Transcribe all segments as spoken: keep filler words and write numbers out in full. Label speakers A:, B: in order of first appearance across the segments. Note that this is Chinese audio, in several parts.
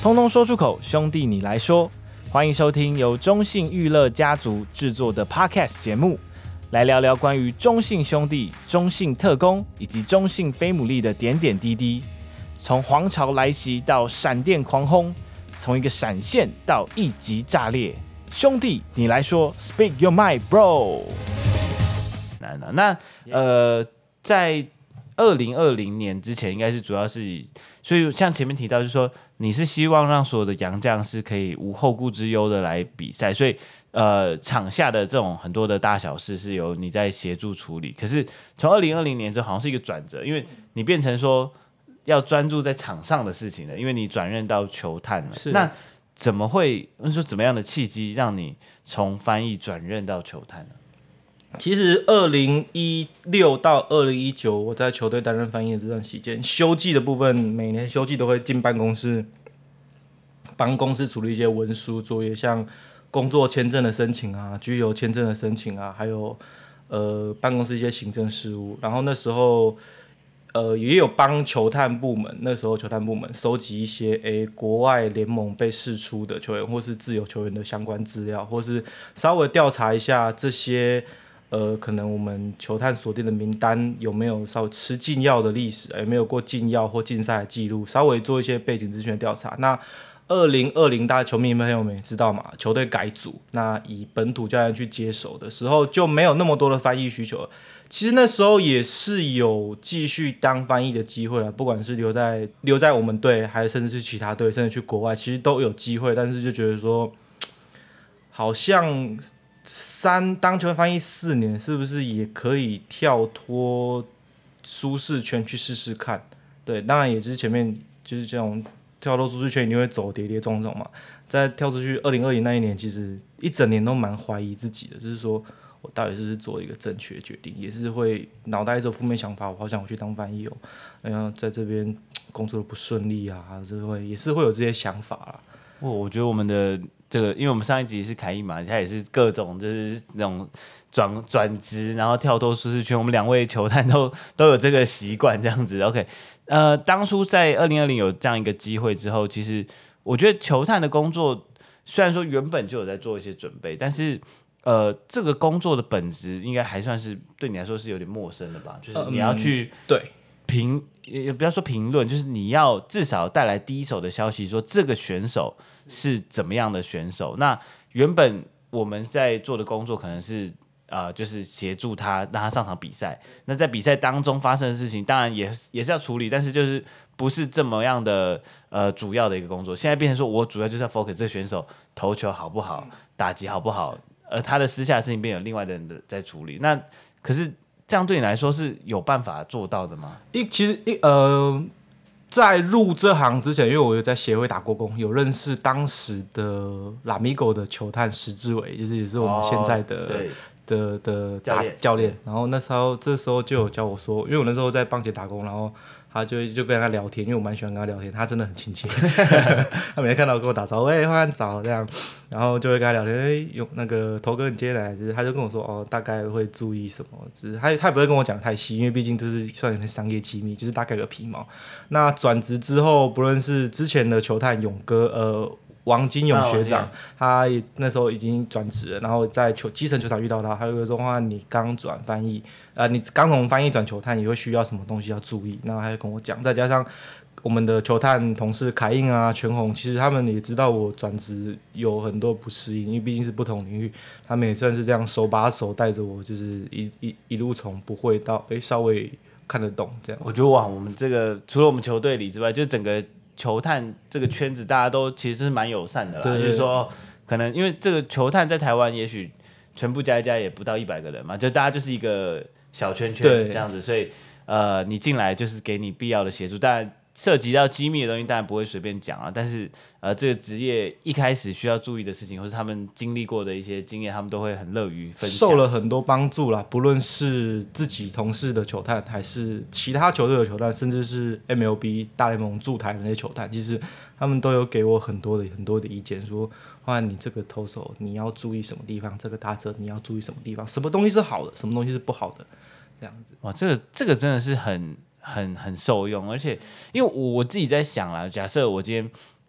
A: 通通说出口，兄弟你来说。欢迎收听由中信娱乐家族制作的 Podcast 节目，来聊聊关于中信兄弟、中信特攻以及中信飞牡蛎的点点滴滴。从皇朝来袭到闪电狂轰，从一个闪现到一级炸裂。兄弟你来说 ，Speak your mind, bro。那那那呃，在二零二零年之前，应该是主要是，所以像前面提到，就是说你是希望让所有的洋将是可以无后顾之忧的来比赛，所以呃，场下的这种很多的大小事是由你在协助处理。可是从二零二零年之后，好像是一个转折，因为你变成说要专注在场上的事情了，因为你转任到球探了。那怎么会说怎么样的契机让你从翻译转任到球探呢？
B: 其实二零一六到二零一九，我在球队担任翻译的这段期间，休季的部分，每年休季都会进办公室，帮公司处理一些文书作业，像工作签证的申请啊、居留签证的申请啊，还有呃办公室一些行政事务。然后那时候呃也有帮球探部门，那时候球探部门收集一些诶国外联盟被释出的球员或是自由球员的相关资料，或是稍微调查一下这些。呃，可能我们球探锁定的名单有没有稍微吃禁药的历史，有没有过禁药或禁赛的记录，稍微做一些背景资讯的调查。那二零二零大家球迷朋友们也知道嘛，球队改组，那以本土教练去接手的时候，就没有那么多的翻译需求了。其实那时候也是有继续当翻译的机会了，不管是留在留在我们队，还是甚至是其他队，甚至去国外，其实都有机会。但是就觉得说，好像。三当球员翻译四年，是不是也可以跳脱舒适圈去试试看？对，当然也就是前面就是这种跳脱舒适圈，一定会走跌跌撞撞嘛。在跳出去二零二零那一年，其实一整年都蛮怀疑自己的，就是说我到底是不是做一个正确的决定，也是会脑袋一直负面想法，我好想回去当翻译哦，然后在这边工作的不顺利啊，就会也是会有这些想法啦。
A: 我我觉得我们的这个，因为我们上一集是凯毅嘛，他也是各种就是那种转转职，然后跳脱舒适圈。我们两位球探都都有这个习惯，这样子。OK， 呃，当初在二零二零有这样一个机会之后，其实我觉得球探的工作虽然说原本就有在做一些准备，但是呃，这个工作的本质应该还算是对你来说是有点陌生的吧？就是你要去、
B: 嗯、对。
A: 评也不要说评论，就是你要至少带来第一手的消息，说这个选手是怎么样的选手。那原本我们在做的工作可能是呃，就是协助他让他上场比赛。那在比赛当中发生的事情，当然也也是要处理，但是就是不是这么样的呃主要的一个工作。现在变成说我主要就是要 focus 这个选手投球好不好，打击好不好，而他的私下的事情变有另外的人在处理。那可是。这样对你来说是有办法做到的吗？
B: 一其实一呃，在入这行之前，因为我有在协会打过工，有认识当时的拉米狗的球探石志伟，就是也是我们现在的、哦、的的
A: 教练
B: 教练。然后那时候这时候就有教我说，因为我那时候在棒球打工，然后他就就跟他聊天，因为我蛮喜欢跟他聊天，他真的很亲切。他每天看到我跟我打招呼，哎、欸，欢迎早这样，然后就会跟他聊天，哎、欸，有那个头哥你今天来，就是他就跟我说哦，大概会注意什么，就是他他也不会跟我讲太细，因为毕竟这是算有点商业机密，就是大概个皮毛。那转职之后，不论是之前的球探勇哥，呃。王金勇学长，啊、他也那时候已经转职了，然后在球基层球场遇到他，他就会说：“话你刚转翻译，呃，你刚从翻译转球探，你会需要什么东西要注意？”然后他就跟我讲，再加上我们的球探同事凯印啊、全红，其实他们也知道我转职有很多不适应，因为毕竟是不同领域，他们也算是这样手把手带着我，就是一一一路从不会到哎稍微看得懂这样。
A: 我觉得哇，我们这个除了我们球队里之外，就整个。球探这个圈子，大家都其实是蛮友善的啦。就是说，可能因为这个球探在台湾，也许全部加一加也不到一百个人嘛，就大家就是一个小圈圈这样子，所以呃，你进来就是给你必要的协助，但涉及到机密的东西，当然不会随便讲啊。但是呃，这个职业一开始需要注意的事情，或是他们经历过的一些经验，他们都会很乐于分享，
B: 受了很多帮助啦。不论是自己同事的球探，还是其他球队的球探，甚至是 M L B 大联盟驻台的那些球探，其实他们都有给我很多的很多的意见，说，哇，你这个投手你要注意什么地方，这个打者你要注意什么地方，什么东西是好的，什么东西是不好的，这样子。
A: 哇，这个这个真的是很。很很受用，而且因为我我自己在想啦，假设我今天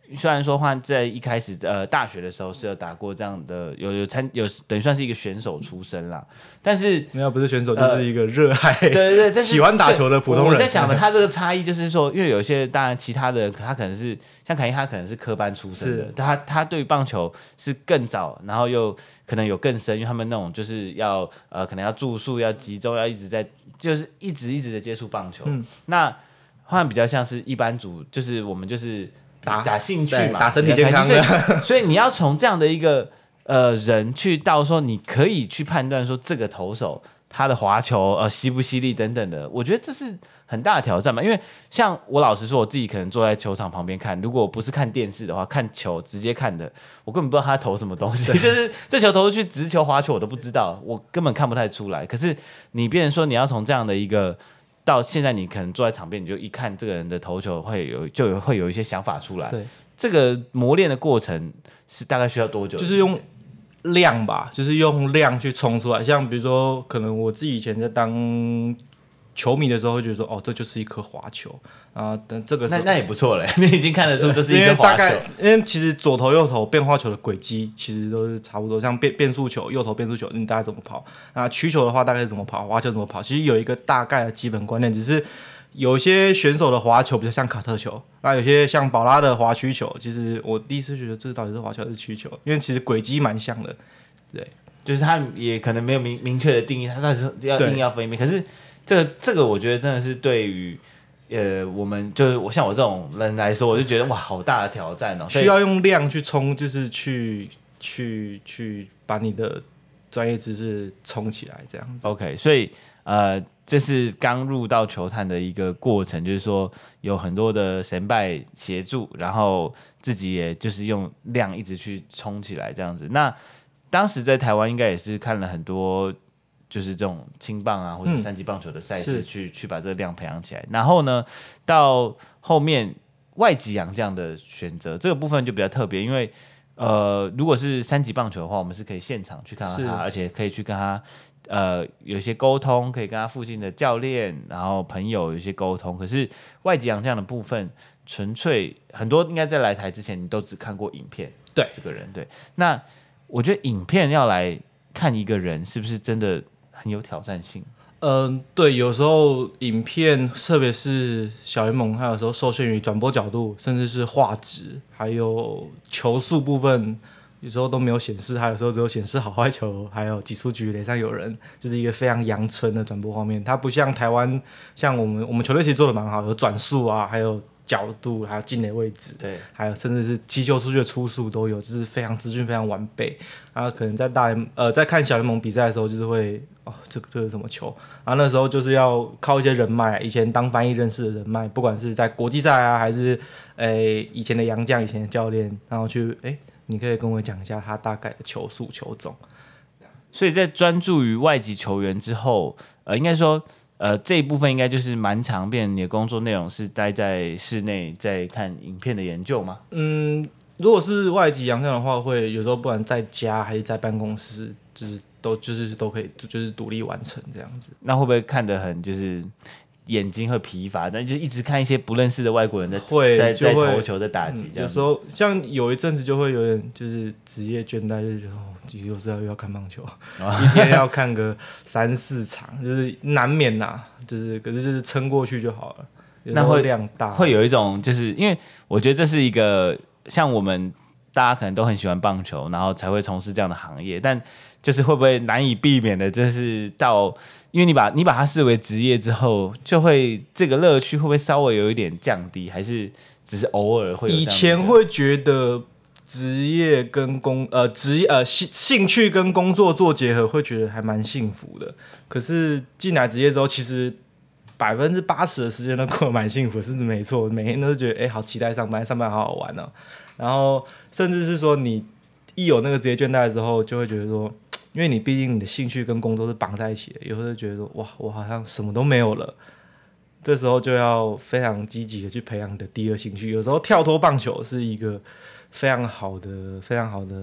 A: 虽然说换在一开始呃大学的时候是有打过这样的，有有参有等于算是一个选手出身啦，但是
B: 没有不是选手，就是一个热爱、呃、
A: 对对对，
B: 喜欢打球的普通人。
A: 我在想的，他这个差异就是说，因为有些当然其他的他可能是像凯英，他可能是科班出身的，他他对棒球是更早，然后又可能有更深，因为他们那种就是要呃可能要住宿要集中，要一直在就是一直一直的接触棒球。嗯，那换比较像是一般组，就是我们就是。打打兴趣嘛，
B: 打身体健康的，
A: 所以所以你要从这样的一个呃人去到说，你可以去判断说这个投手他的滑球呃犀不犀利等等的，我觉得这是很大的挑战嘛。因为像我老实说，我自己可能坐在球场旁边看，如果不是看电视的话，看球直接看的，我根本不知道他投什么东西，就是这球投出去直球滑球我都不知道，我根本看不太出来。可是你变成说你要从这样的一个。到现在，你可能坐在场边，你就一看这个人的投球，会有就有会有一些想法出来。
B: 对，
A: 这个磨练的过程是大概需要多久？
B: 就是用量吧，就是用量去冲出来。像比如说，可能我自己以前在当球迷的时候，会觉得说，哦，这就是一颗滑球啊。等这个
A: 那那也不错嘞，你已经看得出这是一颗滑球。
B: 因为大概，因为其实左投右投变化球的轨迹其实都是差不多，像变变速球、右投变速球，你大概怎么跑？啊，曲球的话大概是怎么跑？滑球怎么跑？其实有一个大概的基本观念，只是有些选手的滑球比较像卡特球，那有些像宝拉的滑曲球，其实我第一次觉得这到底是滑球还是曲球，因为其实轨迹蛮像的，对，
A: 就是他也可能没有明明确的定义，他到底是要硬要分辨，可是。这个这个我觉得真的是对于呃我们就是我像我这种人来说，我就觉得哇好大的挑战哦，
B: 需要用量去冲，就是去去去把你的专业知识冲起来这样子。
A: OK， 所以呃这是刚入到球探的一个过程，就是说有很多的神拜协助，然后自己也就是用量一直去冲起来这样子。那当时在台湾应该也是看了很多。就是这种青棒啊，或者三级棒球的赛事去，去去把这个量培养起来。然后呢，到后面外籍洋将的选择，这个部分就比较特别，因为呃，如果是三级棒球的话，我们是可以现场去看到他，而且可以去跟他呃有一些沟通，可以跟他附近的教练，然后朋友有一些沟通。可是外籍洋将的部分，纯粹很多应该在来台之前，你都只看过影片，
B: 对
A: 这个人对。那我觉得影片要来看一个人，是不是真的？很有挑战性，
B: 嗯、呃，对，有时候影片，特别是小联盟，它有时候受限于转播角度，甚至是画质，还有球速部分，有时候都没有显示，还有时候只有显示好坏球，还有几出局垒上有人，就是一个非常阳春的转播画面。它不像台湾，像我们我们球队其实做的蛮好，有转速啊，还有角度，还有进垒位置，
A: 对，
B: 还有甚至是击球出去的出速都有，就是非常资讯非常完备。然后可能在大联呃在看小联盟比赛的时候，就是会哦这个这个是什么球？然后那时候就是要靠一些人脉，以前当翻译认识的人脉，不管是在国际赛啊，还是诶以前的洋将、以前的教练，然后去诶你可以跟我讲一下他大概的球速、球种。
A: 所以在专注于外籍球员之后，呃，应该说。呃，这一部分应该就是蛮常变。你的工作内容是待在室内，在看影片的研究吗？
B: 嗯，如果是外籍洋将的话，会有时候不管在家还是在办公室，就是都就是都可以，就是独立完成这样子。
A: 那会不会看得很就是眼睛会疲乏？但就一直看一些不认识的外国人在
B: 会
A: 在在投球在打击、嗯，
B: 有时候像有一阵子就会有点就是职业倦怠，就觉得哦，有时候又要看棒球，哦、一天要看个三四场，就是难免呐、啊，就是可是就是撑过去就好了。
A: 那会
B: 量大，
A: 会有一种就是因为我觉得这是一个像我们大家可能都很喜欢棒球，然后才会从事这样的行业，但就是会不会难以避免的，就是到因为你把你把它视为职业之后，就会这个乐趣会不会稍微有一点降低，还是只是偶尔会有？
B: 以前会觉得职业跟工呃职业呃兴兴趣跟工作做结合，会觉得还蛮幸福的。可是进来职业之后，其实百分之八十的时间都过得蛮幸福，甚至没错，每天都觉得哎、欸，好期待上班，上班好好玩哦。然后甚至是说你一有那个职业倦怠之后，就会觉得说。因为你毕竟你的兴趣跟工作是绑在一起的，有时候就觉得说哇，我好像什么都没有了。这时候就要非常积极的去培养你的第二兴趣。有时候跳脱棒球是一个非常好的、非常好的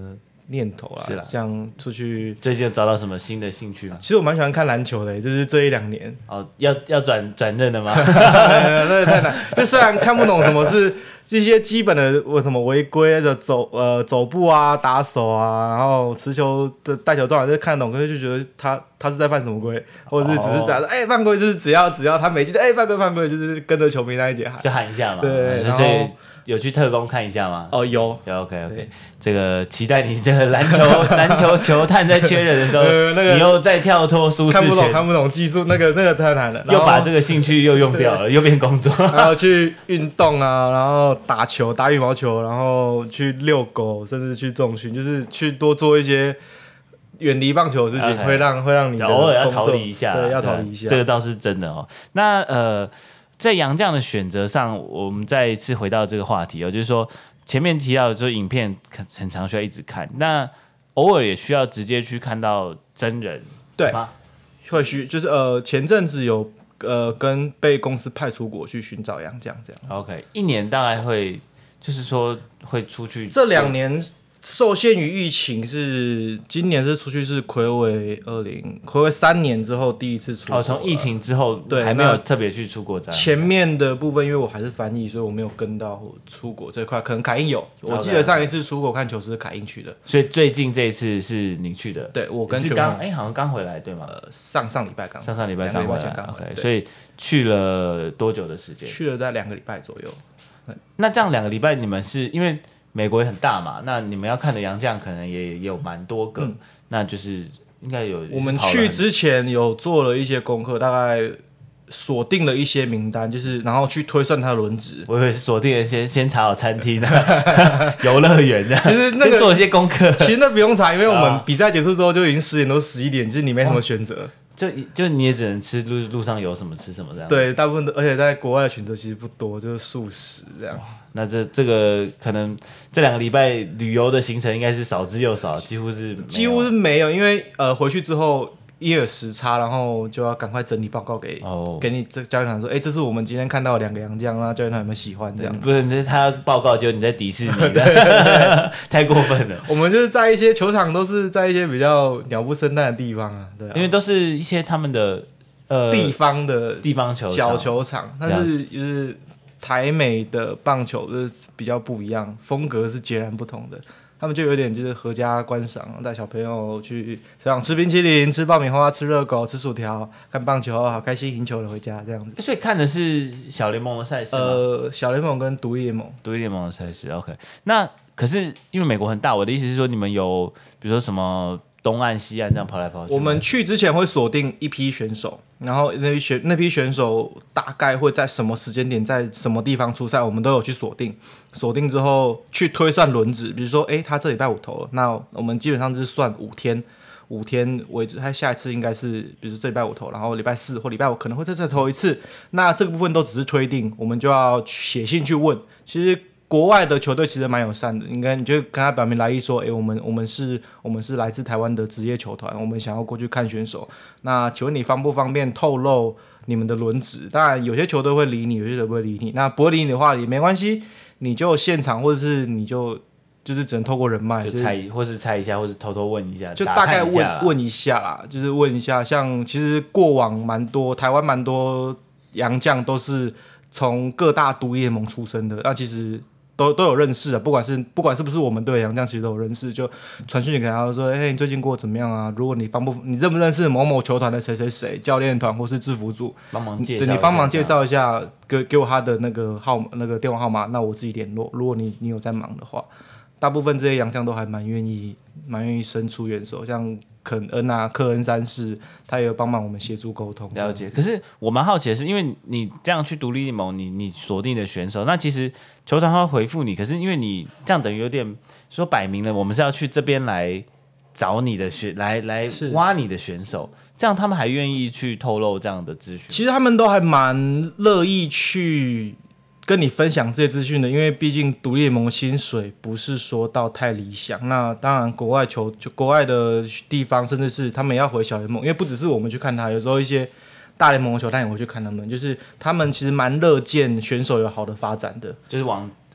B: 念头啦，
A: 是啦，
B: 像出去。
A: 最近有找到什么新的兴趣吗？
B: 其实我蛮喜欢看篮球的，就是这一两年。
A: 哦，要要转转任了吗？
B: 那个太难。就虽然看不懂什么是这些基本的，为什么违规的走呃走步啊、打手啊，然后持球的带球状，就看得懂，可是就觉得他他是在犯什么规，或者是只是打哎、欸、犯规，就是只要只要他每句哎、欸、犯规犯规，就是跟着球迷那一节喊，
A: 就喊一下嘛。
B: 对，
A: 所以有去特工看一下吗？
B: 哦，有，
A: 有 OK OK。这个期待你这个篮球篮球球探在缺人的时候，呃那个、你又再跳脱舒适圈，
B: 看不懂看不懂技术，那个那个太难了，
A: 又把这个兴趣又用掉了，又变工作，
B: 然后去运动啊，然后打球打羽毛球，然后去遛狗，甚至去重训，就是去多做一些远离棒球的事情， okay, 会让会让你的
A: 偶尔要逃离一下，
B: 对，要逃离一下，
A: 这个倒是真的哦。那呃，在洋将的选择上，我们再一次回到这个话题哦，就是说。前面提到，就是影片很常需要一直看，那偶尔也需要直接去看到真人，
B: 对吗？会需就是呃，前阵子有呃跟被公司派出国去寻找洋将这样。
A: OK， 一年大概会就是说会出去，
B: 这两年受限于疫情是，今年是出去是睽违二零睽违三年之后第一次出国。
A: 哦，从疫情之后
B: 对
A: 还没有特别去出国这样。
B: 前面的部分因为我还是翻译，所以我没有跟到出国这块。可能凯英有，我记得上一次出国看球是凯英去的。
A: 所以最近这一次是你去的？
B: 对，我跟
A: 是刚哎、欸、好像刚回来对吗？
B: 呃，上上礼拜刚，
A: 上上礼拜刚回来。
B: 刚
A: OK， 所以去了多久的时间？
B: 去了在两个礼拜左右。
A: 那这样两个礼拜你们是因为？美国也很大嘛，那你们要看的洋将可能也, 也有蛮多个、嗯，那就是应该有。
B: 我们去之前有做了一些功课，大概锁定了一些名单，就是然后去推算他的轮值。
A: 我以为是锁定了先先查好餐厅、游乐园的，
B: 其实那个
A: 先做一些功课。
B: 其实那不用查，因为我们比赛结束之后就已经十点多十一点，就是你没什么选择。哦
A: 就就你也只能吃路路上有什么吃什么这样。
B: 对，大部分的，而且在国外的选择其实不多，就是素食这样。
A: 那这这个可能这两个礼拜旅游的行程应该是少之又少，几乎是
B: 几乎是没有，因为呃回去之后因为有时差，然后就要赶快整理报告给、哦、给你这教练团说，哎、欸，这是我们今天看到的两个洋将，那教练团有没有喜欢这样？
A: 不是，他报告就你在迪士尼的，太过分了。
B: 我们就是在一些球场，都是在一些比较鸟不生蛋的地方啊，对啊，
A: 因为都是一些他们的呃
B: 地方的
A: 地方球
B: 小球场，但是就是台美的棒球就是比较不一样，风格是截然不同的。他们就有点就是合家观赏，带小朋友去像吃冰淇淋、吃爆米花、吃热狗、吃薯条、看棒球，好开心，赢球了回家这样子。
A: 所以看的是小联盟的赛事吗？
B: 呃，小联盟跟独立联盟，
A: 独立联盟的赛事。OK， 那可是因为美国很大，我的意思是说，你们有比如说什么东岸、西岸这样跑来跑去？
B: 我们去之前会锁定一批选手，然后那批选那批选手大概会在什么时间点，在什么地方出赛，我们都有去锁定。锁定之后去推算轮值，比如说，哎，他这礼拜五投了，那我们基本上就是算五天，五天为止。他下一次应该是，比如说这礼拜五投，然后礼拜四或礼拜五可能会再再投一次。那这个部分都只是推定，我们就要写信去问。其实国外的球队其实蛮友善的，应该你就跟他表明来意说，哎，我们我们是我们是来自台湾的职业球团，我们想要过去看选手。那请问你方不方便透露你们的轮值？当然有些球队会理你，有些球队不会理你。那不会理你的话也没关系。你就现场，或者是你就就是只能透过人脉，
A: 就猜，或是猜一下，或是偷偷问一下，
B: 就大概问问一下啦，就是问一下。像其实过往蛮多台湾蛮多洋将都是从各大独立联盟出身的，那其实都都有认识的，不管是不管是不是我们队的洋将，其实都有认识，就传讯给他说，哎、欸，你最近过得怎么样啊？如果你方不你认不认识某某球团的谁谁谁教练团或是制服组，
A: 帮忙介绍一下，
B: 对你帮忙介绍一下。给给我他的那个号那个电话号码，那我自己联络。如果你你有在忙的话，大部分这些洋将都还蛮愿意蛮愿意伸出援手，像肯恩啊、科恩三世，他也有帮忙我们协助沟通。
A: 了解。可是我蛮好奇的是，因为你这样去独立联盟，你你锁定的选手，那其实球团会回复你，可是因为你这样等于有点说摆明了，我们是要去这边来找你的选来来挖你的选手。这样他们还愿意去透露这样的资讯？
B: 其实他们都还蛮乐意去跟你分享这些资讯的，因为毕竟独立联盟薪水不是说到太理想。那当然，国外球就国外的地方，甚至是他们也要回小联盟，因为不只是我们去看他，有时候一些大联盟的球探也会去看他们，就是他们其实蛮乐见选手有好的发展的，
A: 就是往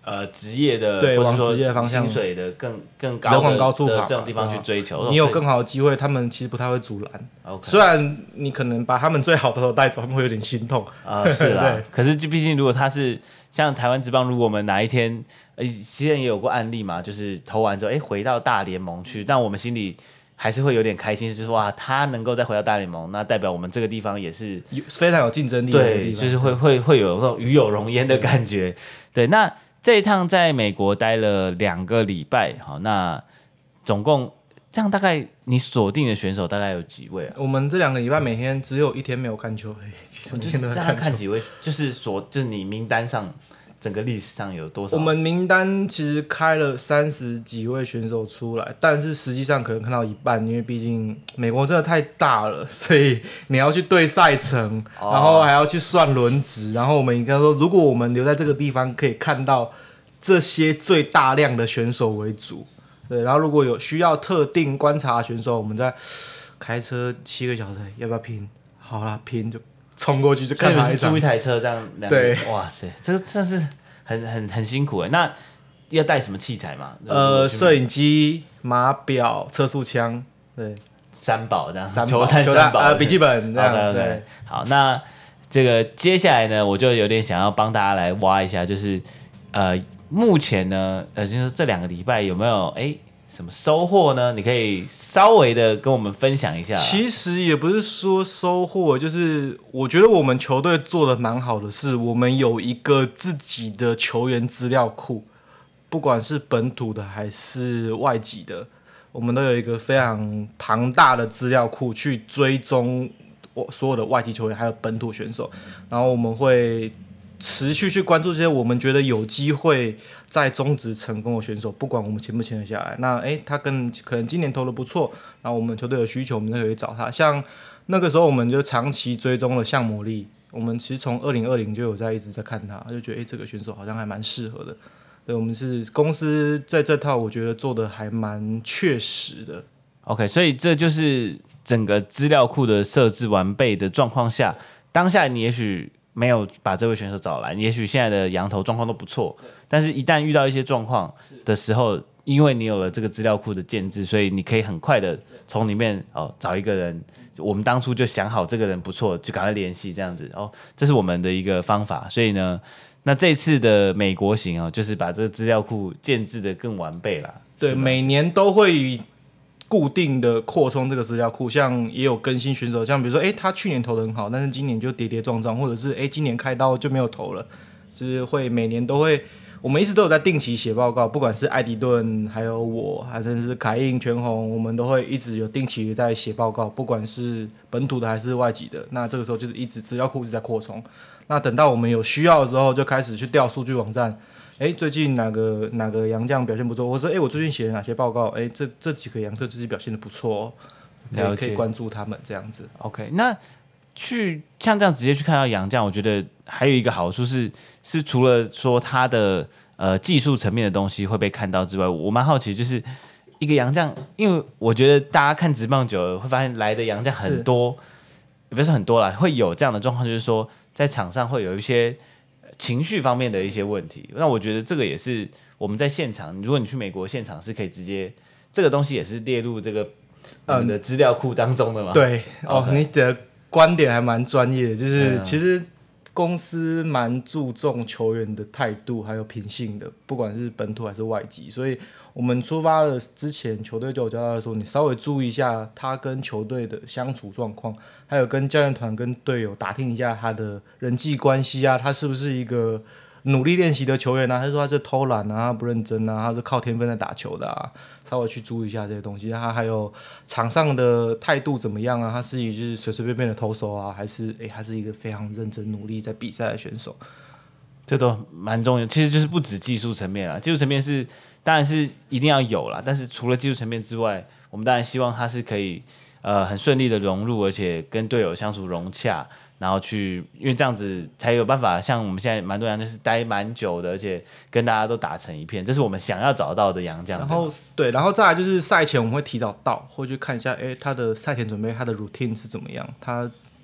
A: 呃职业的，
B: 对，往
A: 或者说
B: 职业方向
A: 薪水的更更高
B: 人往
A: 的
B: 高处跑
A: 的这种地方去追求，
B: 你有更好的机会，他们其实不太会阻拦。
A: Okay.
B: 虽然你可能把他们最好的时候带走，他们会有点心痛
A: 啊、呃，是啦。可是就毕竟如果他是像台湾职棒，如果我们哪一天，呃，之前也有过案例嘛，就是投完之后，哎，回到大联盟去，但我们心里还是会有点开心，就是哇，他能够再回到大联盟，那代表我们这个地方也是
B: 非常有竞争力的地方，
A: 对，就是会会会有那种与有荣焉的感觉。对，那这一趟在美国待了两个礼拜，好，那总共这样大概你锁定的选手大概有几位啊？
B: 我们这两个礼拜每天只有一天没有看球而已，
A: 就是大概看几位，就是锁，就是你名单上。整个历史上有多少？
B: 我们名单其实开了三十几位选手出来，但是实际上可能看到一半，因为毕竟美国真的太大了，所以你要去对赛程，哦、然后还要去算轮值，然后我们应该说，如果我们留在这个地方，可以看到这些最大量的选手为主。对，然后如果有需要特定观察的选手，我们再开车七个小时，要不要拼？好啦，拼就。冲过去就看他一场，
A: 租一台车这样，
B: 对，
A: 哇塞，这个真是很很很辛苦哎。那要带什么器材嘛？
B: 呃，摄影机、码表、测速枪，对，
A: 三宝这样，
B: 三
A: 球探三宝，
B: 呃，笔记本这样。
A: 对对对。好，那这个接下来呢，我就有点想要帮大家来挖一下，就是呃，目前呢，呃，就是这两个礼拜有没有哎？什么收获呢？你可以稍微的跟我们分享一下。
B: 其实也不是说收获，就是我觉得我们球队做的蛮好的是，我们有一个自己的球员资料库，不管是本土的还是外籍的，我们都有一个非常庞大的资料库去追踪所有的外籍球员还有本土选手，然后我们会持续去关注这些我们觉得有机会在中职成功的选手，不管我们签不签得下来。那诶，他跟可能今年投的不错，然后我们球队有需求，我们就可以找他。像那个时候，我们就长期追踪了向魔力，我们其实从二零二零就有在一直在看他，就觉得诶，这个选手好像还蛮适合的。对，我们是公司在这套，我觉得做的还蛮确实的。
A: OK， 所以这就是整个资料库的设置完备的状况下，当下你也许没有把这位选手找来，也许现在的洋投状况都不错，但是一旦遇到一些状况的时候，因为你有了这个资料库的建制，所以你可以很快的从里面哦找一个人，我们当初就想好这个人不错，就赶快联系这样子哦，这是我们的一个方法。所以呢，那这次的美国行哦，就是把这个资料库建制的更完备啦。
B: 对，每年都会固定的扩充这个资料库，像也有更新选手，像比如说，哎，他去年投的很好，但是今年就跌跌撞撞，或者是哎，今年开刀就没有投了，就是会每年都会，我们一直都有在定期写报告，不管是艾迪顿，还有我，还是凯印、全红，我们都会一直有定期在写报告，不管是本土的还是外籍的。那这个时候就是一直资料库一直在扩充。那等到我们有需要的时候，就开始去调数据网站。哎，最近哪个哪个洋将表现不错？或者哎，我最近写了哪些报告？哎，这这几个洋将最近表现的不错哦，可以可以关注他们这样子。
A: OK， 那去像这样直接去看到洋将，我觉得还有一个好处是，是除了说他的呃技术层面的东西会被看到之外，我蛮好奇就是一个洋将，因为我觉得大家看职棒久了会发现来的洋将很多，也不是很多啦，会有这样的状况，就是说在场上会有一些情绪方面的一些问题。那我觉得这个也是我们在现场，如果你去美国现场是可以直接这个东西也是列入这个我们的资料库当中的嘛。
B: 对，哦，你的观点还蛮专业的，就是其实公司蛮注重球员的态度还有品性的，不管是本土还是外籍，所以我们出发了之前，球队就有交代说，你稍微注意一下他跟球队的相处状况，还有跟教练团、跟队友打听一下他的人际关系啊，他是不是一个努力练习的球员啊？他说他是偷懒啊，他不认真啊，他是靠天分在打球的啊，稍微去注意一下这些东西。他还有场上的态度怎么样啊？他是一就是随随便便的投手啊，还是诶他是一个非常认真努力在比赛的选手？
A: 这都蛮重要，其实就是不止技术层面啦，技术层面是当然是一定要有啦，但是除了技术层面之外，我们当然希望他是可以呃很顺利的融入，而且跟队友相处融洽，然后去，因为这样子才有办法像我们现在蛮多洋将就是待蛮久的，而且跟大家都打成一片，这是我们想要找到的洋将。
B: 然后对，然后再来就是赛前我们会提早到，会去看一下，哎，他的赛前准备，他的 routine 是怎么样，他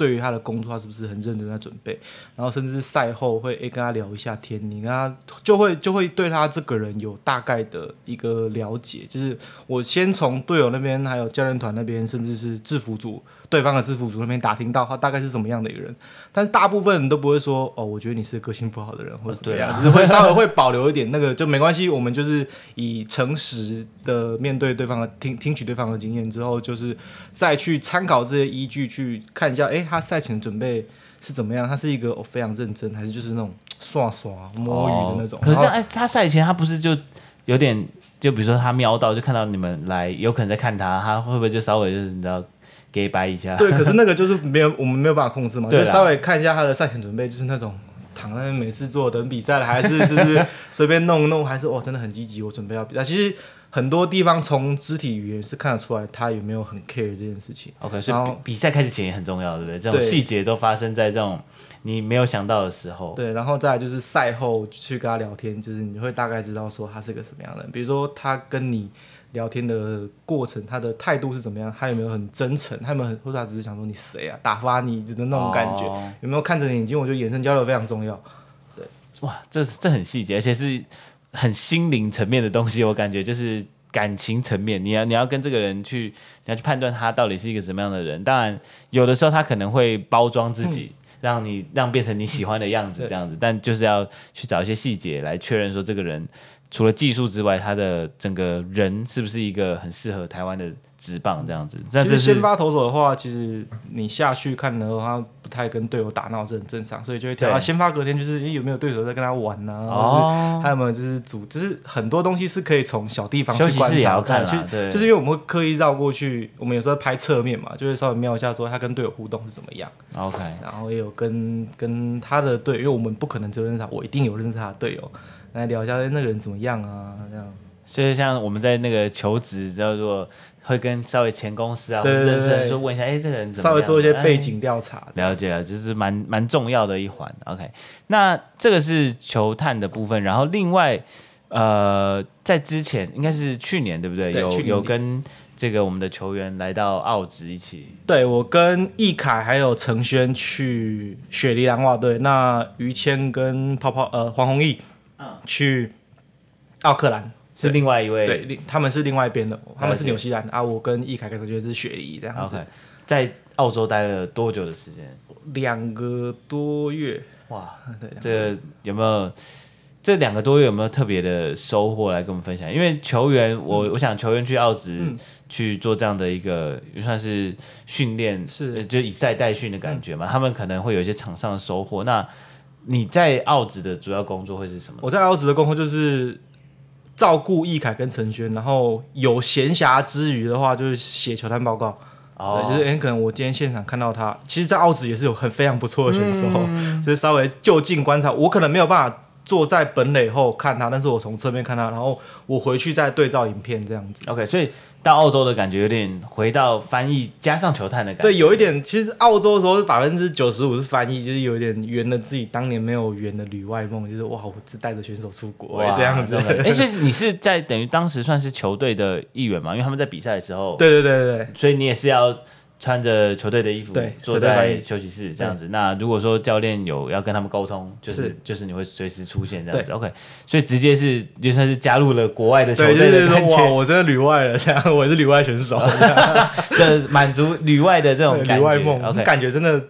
B: 对于他的工作他是不是很认真在准备，然后甚至赛后会诶跟他聊一下天，你跟他就会就会对他这个人有大概的一个了解，就是我先从队友那边还有教练团那边，甚至是制服组对方的制服组那边打听到他大概是什么样的一个人，但是大部分人都不会说哦，我觉得你是个性不好的人或者怎么样，只是会稍微会保留一点那个就没关系，我们就是以诚实的面对对方的听听取对方的经验之后，就是再去参考这些依据去看一下，哎，他赛前准备是怎么样？他是一个、哦、非常认真，还是就是那种耍耍摸鱼的那种？
A: 哦、可是哎，他赛前他不是就有点，就比如说他瞄到就看到你们来，有可能在看他，他会不会就稍微就是你知道？给掰一下，
B: 对，可是那个就是没有，我们没有办法控制嘛，就稍微看一下他的赛前准备，就是那种躺在那边没事做等比赛了，还是就是随便弄弄，还是哦真的很积极，我准备要比赛。其实很多地方从肢体语言是看得出来他有没有很 care 这件事情。
A: OK， 所以 比, 比赛开始前也很重要，对不对？这种细节都发生在这种你没有想到的时候。
B: 对，然后再来就是赛后去跟他聊天，就是你会大概知道说他是个什么样的人，比如说他跟你聊天的过程，他的态度是怎么样？他有没有很真诚？他有没有很，或者他只是想说你谁啊，打发你的那种感觉？哦、有没有看着眼睛？我觉得眼神交流非常重要。对，
A: 哇，这这很细节，而且是很心灵层面的东西。我感觉就是感情层面，你要你要跟这个人去，你要去判断他到底是一个什么样的人。当然，有的时候他可能会包装自己。嗯让你让变成你喜欢的样子这样子，但就是要去找一些细节来确认说这个人除了技术之外，他的整个人是不是一个很适合台湾的职棒这样子。
B: 其实先发投手的话，其实你下去看的话，他不太跟队友打闹是很正常，所以就会调到先发隔天就是、欸、有没有对手在跟他玩啊，哦，还有没有就是组，就是很多东西是可以从小地方去观察，
A: 休息室也要看啦，对，
B: 就是因为我们会刻意绕过去，我们有时候拍侧面嘛，就会稍微瞄一下说他跟队友互动是怎么样
A: ，OK，
B: 然后也有跟跟他的队友，因为我们不可能只有认识他，我一定有认识他的队友，来聊一下那个人怎么样啊，这样。
A: 所以像我们在那个求职，然后如果会跟稍微前公司啊，或者认识人说问一下，哎，这个人怎么样？
B: 稍微做一些背景调查，
A: 了解了，就是蛮蛮重要的一环。OK， 那这个是球探的部分，然后另外呃，在之前应该是去年对不对？
B: 对，
A: 有有跟这个我们的球员来到澳职一起。
B: 对，我跟易凯还有陈轩去雪梨蓝袜队，那于谦跟泡泡呃黄宏毅、嗯、去奥克兰。
A: 是另外一位，
B: 对，他们是另外一边的，他们是纽西兰啊。我跟易凯跟陈轩是雪梨这样子。
A: OK， 在澳洲待了多久的时间？
B: 两个多月。
A: 哇，对，这有没有这两个多月有没有特别的收获来跟我们分享？因为球员，我、嗯、我想球员去澳职、嗯、去做这样的一个也算是训练，
B: 是
A: 就以赛代训的感觉嘛、嗯，他们可能会有一些场上的收获。那你在澳职的主要工作会是什么？
B: 我在澳职的工作就是照顾易凯跟陈轩，然后有闲暇之余的话，就是写球探报告。哦、对，就是、欸、可能我今天现场看到他，其实，在澳职也是有很非常不错的选手，嗯、就是稍微就近观察。我可能没有办法坐在本垒后看他，但是我从侧面看他，然后我回去再对照影片这样子。
A: OK， 所以到澳洲的感觉有点回到翻译加上球探的感觉。
B: 对，有一点。其实澳洲的时候百分之九十五是翻译，就是有一点圆了自己当年没有圆的旅外梦，就是哇，我是带着选手出国、欸、这样子。
A: 哎、欸，所以你是在等于当时算是球队的一员嘛？因为他们在比赛的时候，
B: 对对对对对，
A: 所以你也是要穿着球队的衣服，对，坐在休息室这样子。那如果说教练有要跟他们沟通，就是是就是你会随时出现这样子。OK， 所以直接是就算是加入了国外的球队的感觉。
B: 哇，我真的旅外了，这样我是旅外选手，
A: 这满足旅外的这种感觉。
B: 旅外梦，
A: OK，
B: 感觉真的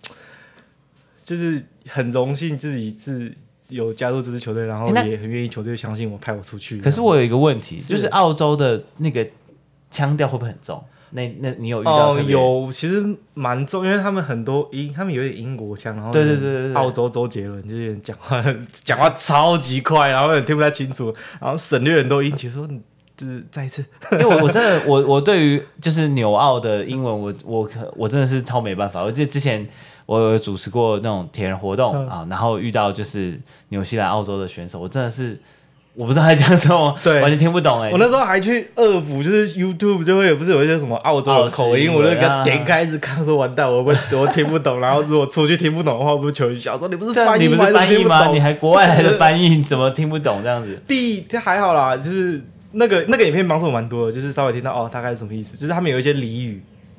B: 就是很荣幸自己是有加入这支球队，然后也很愿意球队相信我，派我出去。
A: 可是我有一个问题，就是澳洲的那个腔调会不会很重？那那你有遇到？
B: 哦，有，其实蛮重，因为他们很多英，他们有点英国腔，然后
A: 对对对对，
B: 澳洲周杰伦就是讲话讲话超级快，然后也听不太清楚，然后省略很多音节，说你就是再一次。
A: 因为我我真的我我对于就是纽澳的英文，我我我真的是超没办法。我记得之前我有主持过那种铁人活动、嗯、啊，然后遇到就是纽西兰、澳洲的选手，我真的是。我不知道他讲什么，对，完全听不懂哎、欸。
B: 我那时候还去恶补，就是 YouTube 就会有不是有一些什么澳洲的口音，我就给他点开一直看，说完蛋，我我我听不懂。然后如果出去听不懂的话，我不是求一笑说你不是翻译吗？
A: 你不是翻译吗？你还国外来的翻译，怎么听不懂这样子？
B: 第一，这还好啦，就是那个那个影片帮助我蛮多的，就是稍微听到哦大概是什么意思，就是他们有一些俚语。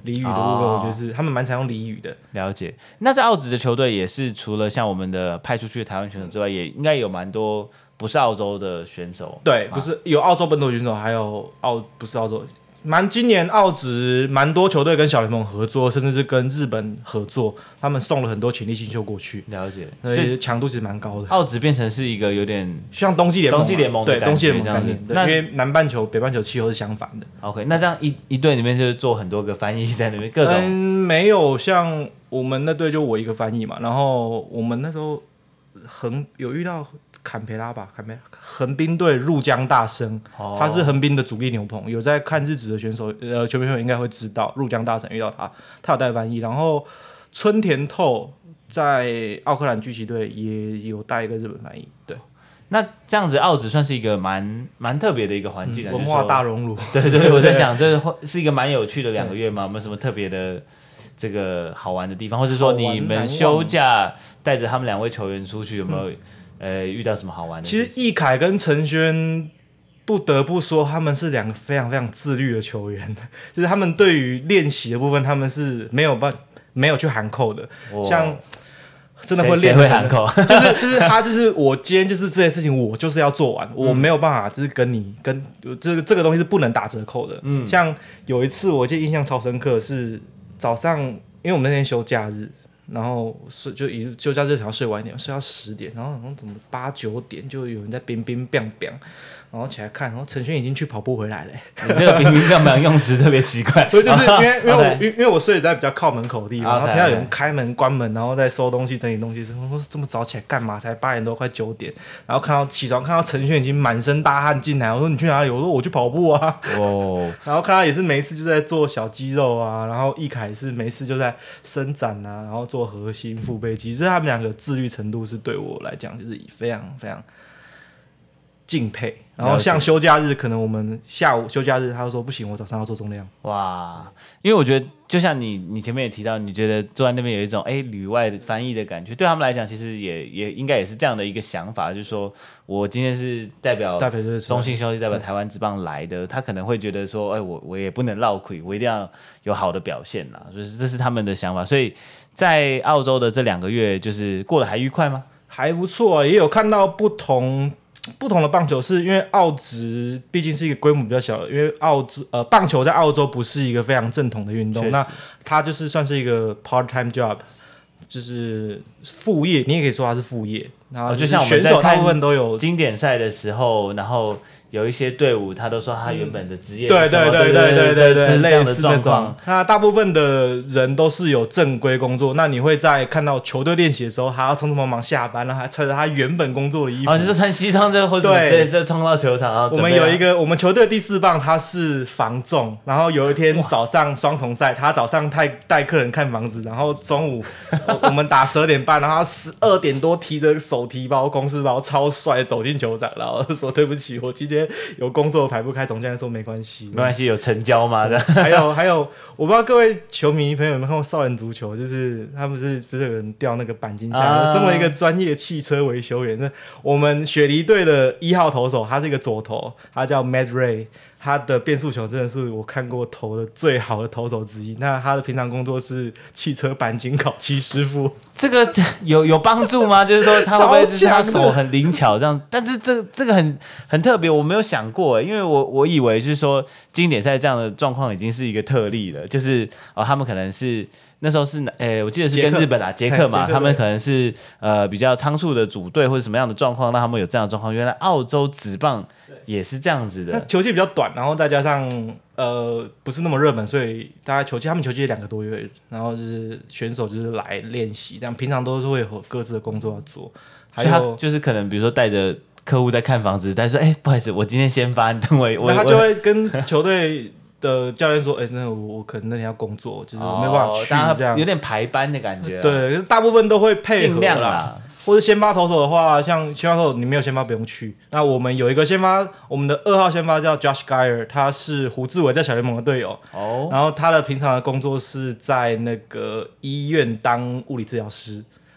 B: 俚语的部分，我觉得是他们蛮常用俚语的。
A: 了解。那在澳职的球队也是除了像我们的派出去的台湾选手之外，也应该有蛮多不是澳洲的选手。
B: 对，不是有澳洲本土选手，还有澳不是澳洲。蛮今年澳职蛮多球队跟小联盟合作，甚至是跟日本合作，他们送了很多潜力新秀过去。
A: 了解，
B: 所以强度其实蛮高的。
A: 澳职变成是一个有点
B: 像冬季联盟，
A: 冬季联盟
B: 对冬季联盟
A: 这样子，
B: 因为南半球、北半球气候是相反的。
A: OK， 那这样一一队里面就是做很多个翻译在那边，各种、
B: 嗯、没有像我们那队就我一个翻译嘛，然后我们那时候横有遇到。坎培拉吧，坎培横滨队入江大生，哦、他是横滨的主力牛棚，有在看日职的选手，呃，球迷朋友应该会知道，入江大生遇到他，他有带翻译，然后春田透在奥克兰巨旗队也有带一个日本翻译，对。
A: 那这样子，澳职算是一个蛮蛮特别的一个环境、
B: 嗯，文化大熔炉。
A: 对对，我在想，这是一个蛮有趣的两个月嘛，有没有什么特别的这个好玩的地方，或者说你们休假带着他们两位球员出去，有没有？嗯呃，遇到什么好玩的？
B: 其实易凯跟陈轩不得不说，他们是两个非常非常自律的球员，就是他们对于练习的部分，他们是没有办没有去含扣的，哦、像真的会练
A: 会含扣，
B: 就是就是他就是我今天就是这些事情我就是要做完，我没有办法就是跟你跟这个这个东西是不能打折扣的。嗯，像有一次我记得印象超深刻是早上，因为我们那天休假日。然后睡就一休假日想要睡晚一点，睡到十点，然后然后怎么八九点就有人在冰冰冰冰，然后起来看，然后陈轩已经去跑步回来了。
A: 你这个冰冰冰冰用词特别奇怪，
B: 就是因为因为我因为我睡在比较靠门口的地方，然后听到有人开门关门，然后在收东西整理东西，我说这么早起来干嘛？才八点多快九点，然后看到起床看到陈轩已经满身大汗进来，我说你去哪里？我说我去跑步啊。哦，然后看他也是没事就在做小肌肉啊，然后易凯是没事就在伸展啊，然后做核心腹背肌，就是他们两个自律程度是对我来讲就是非常非常敬佩。然后像休假日，可能我们下午休假日，他就说不行，我早上要做重量。
A: 哇，因为我觉得就像你你前面也提到，你觉得坐在那边有一种哎旅外翻译的感觉，对他们来讲，其实也也应该也是这样的一个想法，就是说我今天是代表中信兄弟代表台湾职棒来的，他可能会觉得说，哎，我我也不能落亏，我一定要有好的表现啦，就是这是他们的想法。所以在澳洲的这两个月，就是过得还愉快吗？
B: 还不错、啊，也有看到不同。不同的棒球是因为澳职毕竟是一个规模比较小的，因为澳洲呃棒球在澳洲不是一个非常正统的运动，那它就是算是一个 part time job， 就是副业，你也可以说它是副业。然后
A: 就像我们在看经典赛的时候，然后有一些队伍他都说他原本的职业、嗯、
B: 对对对对对对对，类似那种。那大部分的人都是有正规工作，那你会在看到球队练习的时候，还要匆匆忙忙下班，然后还穿着他原本工作的衣服，
A: 哦，就是穿西装这或者直接这冲到球场，然后
B: 我们有一个我们球队第四棒他是房仲，然后有一天早上双重赛，他早上带带客人看房子，然后中午我们打十二点半，然后他十二点多提着手提包、公事包，超帅走进球场，然后说对不起，我今天有工作排不开，总教练说没关系，
A: 没关系，有成交嘛的。
B: 还有还有，我不知道各位球迷朋友有没有看过少年足球，就是他们是不是有人掉那个钣金下来？啊、身为一个专业汽车维修员，我们雪梨队的一号投手，他是一个左投，他叫 Matt Ray。他的变速球真的是我看过投的最好的投手之一。那他的平常工作是汽车钣金烤漆师傅，
A: 这个有有帮助吗？就是说他会不会是他手很灵巧这样？但是这这个很很特别，我没有想过，因为我我以为就是说经典赛这样的状况已经是一个特例了，就是哦他们可能是。那时候是，诶，我记得是跟日本打捷克嘛，他们可能是呃比较仓促的组队或者什么样的状况，让他们有这样的状况。原来澳洲职棒也是这样子的，
B: 球季比较短，然后再加上呃不是那么热门，所以大家球季他们球季两个多月，然后就是选手就是来练习，这样平常都是会有各自的工作要做。
A: 还有所以他就是可能比如说带着客户在看房子，但是哎不好意思，我今天先发，你等我，我
B: 他就会跟球队。的教练说：“哎、欸，那我我可能那天要工作，就是我没办法去，这样、
A: 哦、有点排班的感觉、啊。
B: 对，大部分都会配合
A: 尽量啦。
B: 或者先发投手的话，像先发投手你没有先发不用去。那我们有一个先发，我们的二号先发叫 Josh Geyer， 他是胡志伟在小联盟的队友。哦，然后他的平常的工作是在那个医院当物理治疗师。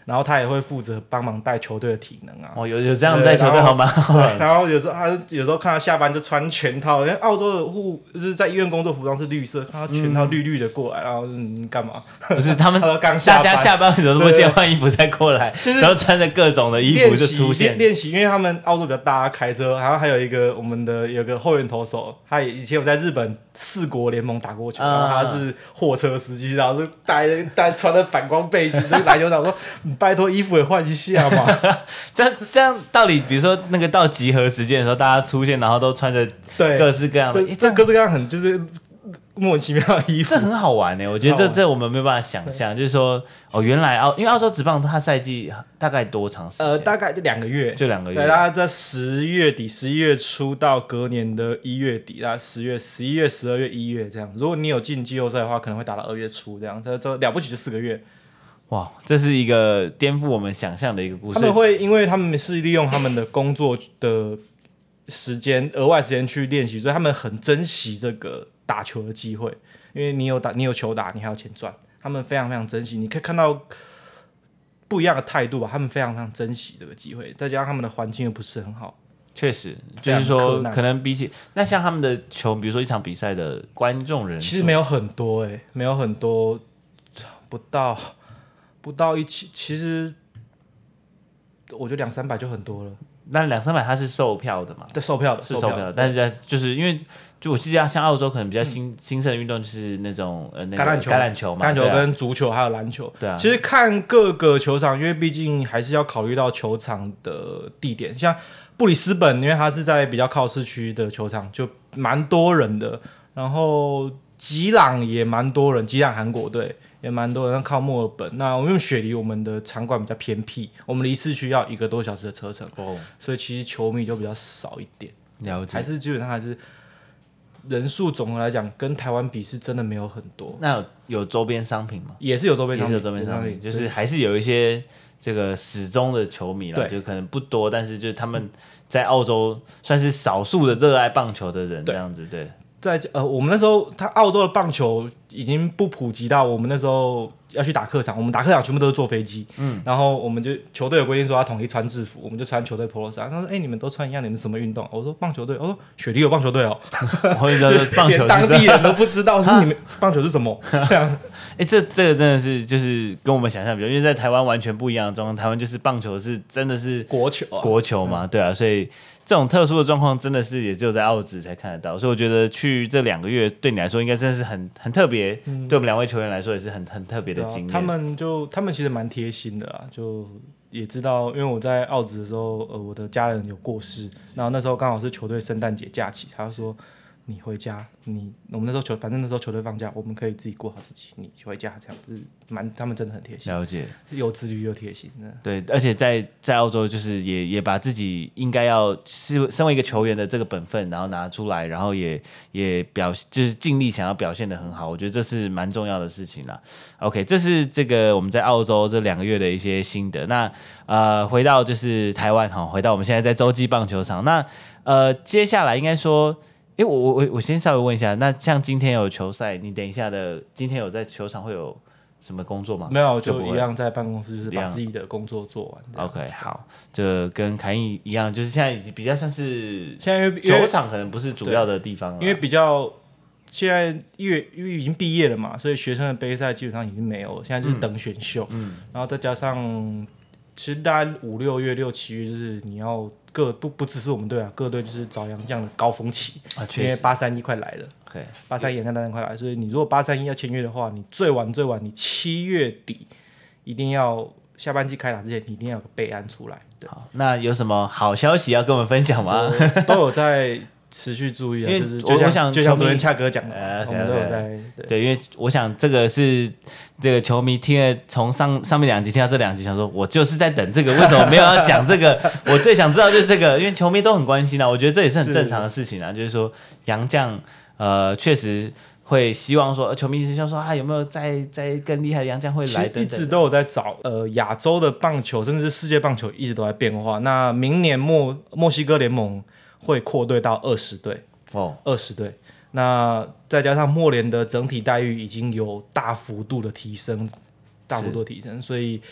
B: 然后他也会负责帮忙带球队的体能啊。
A: 哦，有有这样带球队好蛮好的。
B: 然后有时候他有时候看他下班就穿全套，因为澳洲的护就是在医院工作服装是绿色，看他全套绿绿的过来，然后你干嘛？
A: 不是他们
B: 他刚下班，
A: 大家下班的时候都不先换衣服再过来，
B: 就是
A: 然后穿着各种的衣服就出现
B: 练习，因为他们澳洲比较大，开车，然后还有一个我们的有个后援投手，他以前有在日本四国联盟打过球，然后他是货车司机，然后就带带穿着反光背心，这个篮球场说：“你拜托衣服也换一下嘛。”
A: 这样这样到底，比如说那个到集合时间的时候，大家出现，然后都穿着各式各样的，
B: 这各式各样很就是莫名其妙的衣服，
A: 这很好玩呢。我觉得这这我们没有办法想象，就是说哦，原来澳因为澳洲职棒它赛季大概多长时间？
B: 呃，大概就两个月，
A: 就两个月。
B: 对，大概在十月底、十一月初到隔年的一月底，大概十月、十一月、十二月、一月这样。如果你有进季后赛的话，可能会打到二月初这样。这这了不起就四个月。
A: 哇，这是一个颠覆我们想象的一个故事。
B: 他们会因为他们是利用他们的工作的时间、额外时间去练习，所以他们很珍惜这个打球的机会。因为你有打，你有球打，你还有钱赚，他们非常非常珍惜。你可以看到不一样的态度吧，他们非常非常珍惜这个机会，再加上他们的环境又不是很好。
A: 确实，就是说，可能比起那像他们的球，比如说一场比赛的观众人数，
B: 其实没有很多哎、欸，没有很多，不到。不到一起，其实我觉得两三百就很多了。
A: 那两三百它是售票的嘛？
B: 对，售票的，
A: 是售票的。但是就是因为，就我记得像澳洲可能比较新、嗯、兴盛的运动就是那种呃那个
B: 橄榄球、
A: 橄榄球嘛，
B: 橄榄球跟足球还有篮球。
A: 对啊。
B: 其实看各个球场，因为毕竟还是要考虑到球场的地点，像布里斯本，因为它是在比较靠市区的球场，就蛮多人的。然后吉朗也蛮多人，吉朗韩国队。也蛮多人靠墨尔本，那我们用雪梨，我们的场馆比较偏僻，我们离市区要一个多小时的车程，哦，所以其实球迷就比较少一点。
A: 了解，
B: 还是基本上还是人数总的来讲，跟台湾比是真的没有很多。
A: 那 有, 有周边商品吗？
B: 也是有周边商品，
A: 也是有周边商品，就是还是有一些这个始终的球迷啦，就可能不多，但是就是他们在澳洲算是少数的热爱棒球的人，这样子，对。
B: 在呃，我们那时候，他澳洲的棒球已经不普及到我们那时候要去打客场，我们打客场全部都是坐飞机，嗯，然后我们就球队有规定说要统一穿制服，我们就穿球队 polo 衫。他说：“哎、欸，你们都穿一样，你们什么运动？”我说：“棒球队。”我说：“雪梨有棒球队哦。”
A: 我知道棒球，
B: 连当地人都不知道说你们棒球是什么。这样，
A: 哎、欸，这这个真的是就是跟我们想象比较，因为在台湾完全不一样的状况，台湾就是棒球是真的是
B: 国球、啊，
A: 国球嘛，嗯、对啊，所以。这种特殊的状况真的是也只有在澳职才看得到，所以我觉得去这两个月对你来说应该真的是很很特别、嗯，对我们两位球员来说也是很很特别的经验、啊。
B: 他们就他们其实蛮贴心的啦，就也知道，因为我在澳职的时候，呃，我的家人有过世，然后那时候刚好是球队圣诞节假期，他就说你回家，你我们那时候球反正那时候球队放假，我们可以自己过好自己，你回家这样子，蛮他们真的很贴心，
A: 了解，
B: 又自律又贴心的。
A: 对，而且在在澳洲就是也也把自己应该要是身为一个球员的这个本分，然后拿出来，然后也也表就是尽力想要表现得很好，我觉得这是蛮重要的事情啦。OK， 这是这个我们在澳洲这两个月的一些心得。那呃，回到就是台湾哈，回到我们现在在洲际棒球场，那呃，接下来应该说。哎，我我我先稍微问一下，那像今天有球赛，你等一下的今天有在球场会有什么工作吗？
B: 没有，就一样在办公室，就是把自己的工作做完。
A: OK， 好，这跟凯毅一样，就是现在比较像是
B: 现在
A: 球场可能不是主要的地方了，
B: 因为比较现在因为因为已经毕业了嘛，所以学生的杯赛基本上已经没有了，现在就是等选秀，嗯，然后再加上其实大概五六月、六七月就是你要。各不不只是我们队啊，各队就是找洋将的高峰期啊，因为八三一快来了，八三一洋将大战快来，所以你如果八三一要签约的话，你最晚最晚你七月底一定要下半季开打之前，你一定要有个备案出来。对，
A: 好，那有什么好消息要跟我们分享吗？
B: 都有在持续注意啊，就是就
A: 我想
B: 就像昨天恰哥讲的，
A: 呃、okay,
B: 我们都有在
A: 对, 对，因为我想这个是这个球迷听了从上上面两集听到这两集，想说我就是在等这个，为什么没有要讲这个？我最想知道就是这个，因为球迷都很关心啊，我觉得这也是很正常的事情啊，是就是说洋将呃确实会希望说，球迷是想说啊有没有再再更厉害的洋将会来等等，
B: 一直都有在找呃亚洲的棒球，甚至是世界棒球一直都在变化。那明年墨墨西哥联盟会扩队到二十队哦，二十队。那再加上墨联的整体待遇已经有大幅度的提升，大幅度的提升，所以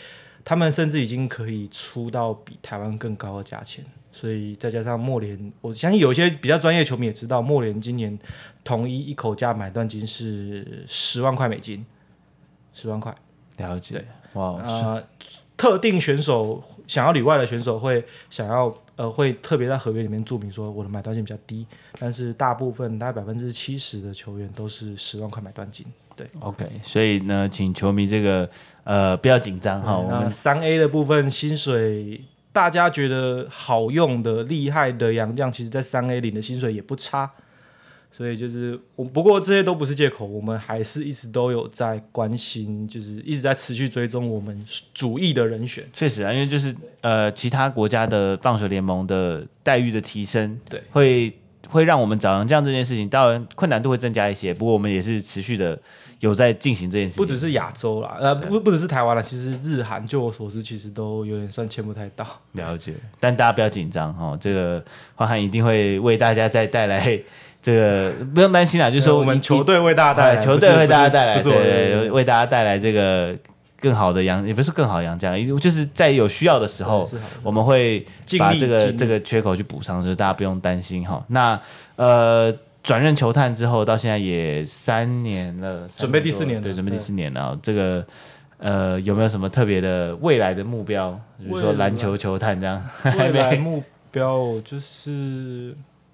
B: 他们甚至已经可以出到比台湾更高的价钱。所以再加上墨联，我相信有一些比较专业球迷也知道，墨联今年统一一口价买断金是十万块美金，十万块。
A: 了解。
B: 对，
A: 哇，
B: 呃，特定选手想要旅外的选手会想要呃会特别在合约里面注明说我的买断金比较低，但是大部分大概百分之七十的球员都是十万块买断金。对
A: ，OK， 所以呢，请球迷这个呃不要紧张哈，我们
B: 三 A 的部分薪水。大家觉得好用的、厉害的洋将，其实在三 A 领的薪水也不差，所以就是我不过这些都不是借口，我们还是一直都有在关心，就是一直在持续追踪我们主力的人选。
A: 确实啊，因为就是呃其他国家的棒球联盟的待遇的提升，
B: 对，
A: 会会让我们找洋将这件事情，当然困难度会增加一些，不过我们也是持续的。有在进行这件事情，
B: 不只是亚洲啦，呃，不不只是台湾啦，其实日韩，就我所知，其实都有点算签不太到。
A: 了解，但大家不要紧张哈，这个欢涵一定会为大家再带来这个，不用担心啦，就是说
B: 我们球队为大家带来，
A: 球队为大家带来，
B: 对
A: 对，为大家带来这个更好的洋，也不是更好的洋将，就是在有需要的时候，我们会把这个这个缺口去补上，就是大家不用担心哈。那呃。转任球探之后，到现在也三年了，
B: 准备第四年了，
A: 对，准备第四年了。这个呃，有没有什么特别的未来的目标？比如说篮球球探这样？
B: 未来目标就是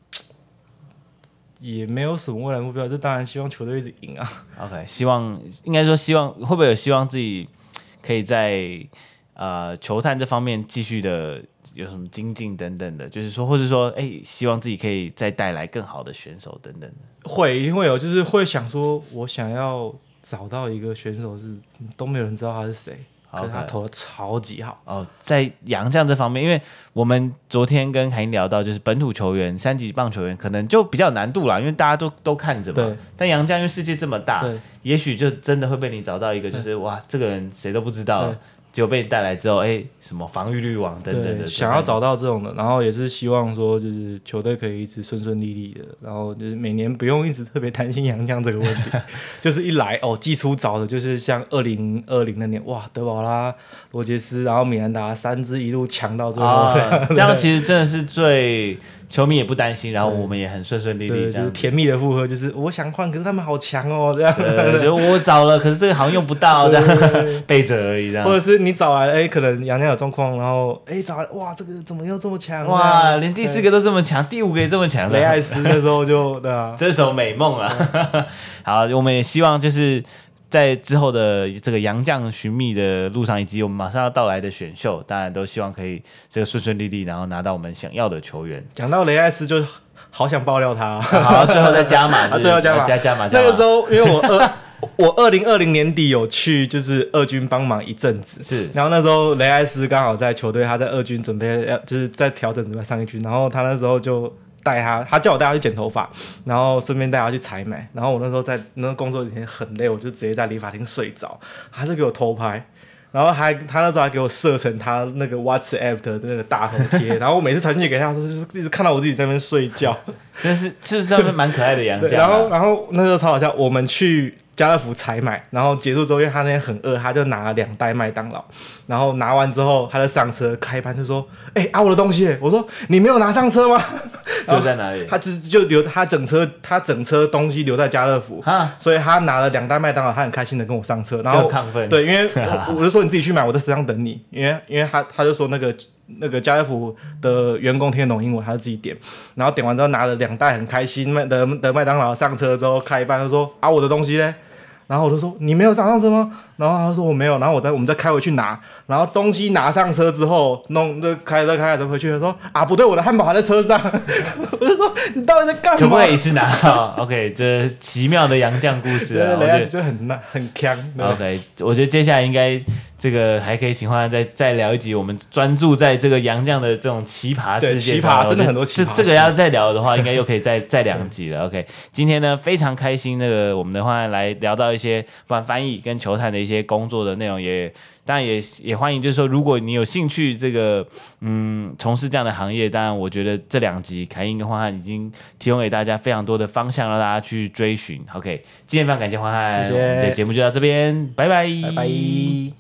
B: 也没有什么未来目标，这当然希望球队一直赢啊。
A: OK， 希望应该说希望会不会有希望自己可以在呃球探这方面继续的。有什么精进等等的，就是说，或者说，哎、欸，希望自己可以再带来更好的选手等等的。
B: 会，一定会有，就是会想说，我想要找到一个选手是都没有人知道他是谁， okay. 可是他投的超级好。
A: 哦，在洋将这方面，因为我们昨天跟凯英聊到，就是本土球员、三级棒球员可能就比较有难度啦，因为大家都都看着嘛。
B: 对。
A: 但洋将因为世界这么大，也许就真的会被你找到一个，就是哇，这个人谁都不知道。结果被你带来之后，哎、欸，什么防御率王等等的，
B: 想要找到这种的，然后也是希望说，就是球队可以一直顺顺利利的，然后就是每年不用一直特别担心洋将这个问题，就是一来哦，季初找的就是像二零二零那年，哇，德保拉、罗杰斯，然后米兰达三支一路强到最后、啊，
A: 这样其实真的是最。球迷也不担心，然后我们也很顺顺利利，这样
B: 就是甜蜜的附和，就是我想换，可是他们好强哦，这样。
A: 对，就我找了，可是这个好像用不到，这样备着而已，这样。
B: 或者是你找来，哎，可能洋将有状况，然后哎找来，哇，这个怎么又这么强？
A: 哇，连第四个都这么强，第五个也这么强。
B: 雷艾斯那时候就对啊，
A: 这首美梦啊。好，我们也希望就是。在之后的这个洋将寻觅的路上，以及我们马上要到来的选秀，当然都希望可以这个顺顺利利，然后拿到我们想要的球员。
B: 讲到雷艾斯，就好想爆料他、啊，
A: 好，最后再加码，
B: 啊、最后加码，
A: 加加码。
B: 那个时候，因为我二我二零二零年底有去就是二军帮忙一阵子，
A: 是，
B: 然后那时候雷艾斯刚好在球队，他在二军准备要就是在调整准备上一军，然后他那时候就。带他，他叫我带他去剪头发，然后顺便带他去采买。然后我那时候在那个工作几天很累，我就直接在理发厅睡着，他就给我偷拍，然后还他那时候还给我设成他那个 WhatsApp 的那个大头贴，然后我每次传进去给他的时候，就是一直看到我自己在那边睡觉，
A: 真是是上面蛮可爱的洋将、啊。
B: 然后然后那时候超好笑，我们去家乐福采买，然后结束之后，因为他那天很饿，他就拿了两袋麦当劳，然后拿完之后，他就上车开班就说：“哎、欸、啊，我的东西！”我说：“你没有拿上车吗？”
A: 就在哪里？
B: 他就就留他整车，他整车东西留在家乐福，所以他拿了两袋麦当劳，他很开心的跟我上车，然后
A: 亢奋，
B: 对，因为 我, 我就说你自己去买，我在车上等你，因为因为他他就说那个那个家乐福的员工听得懂英文，他就自己点，然后点完之后拿了两袋很开心的的麦当劳上车之后开一半，他说啊我的东西嘞。然后我就说你没有上上车吗？然后他说我没有。然后我再我们再开回去拿，然后东西拿上车之后，弄就开车开车回去，他说啊不对，我的汉堡还在车上。我就说你到底在干嘛？
A: 可不可以一次拿到 ？OK， 这奇妙的洋将故事啊，
B: 雷艾斯就很很强。
A: OK， 我觉得接下来应该这个还可以请欢欢再再聊一集，我们专注在这个洋将的这种奇葩事件上。
B: 奇葩真的很多奇葩。
A: 这这个要再聊的话，应该又可以再再两集了。OK， 今天呢非常开心，那个我们的欢欢来聊到一些不管翻译跟球探的一些工作的内容，也当然也也欢迎，就是说如果你有兴趣这个嗯从事这样的行业，当然我觉得这两集凯英跟欢欢已经提供给大家非常多的方向，让大家去追寻。OK， 今天非常感谢欢欢，
B: 谢谢，
A: 这节目就到这边，拜拜，
B: 拜拜。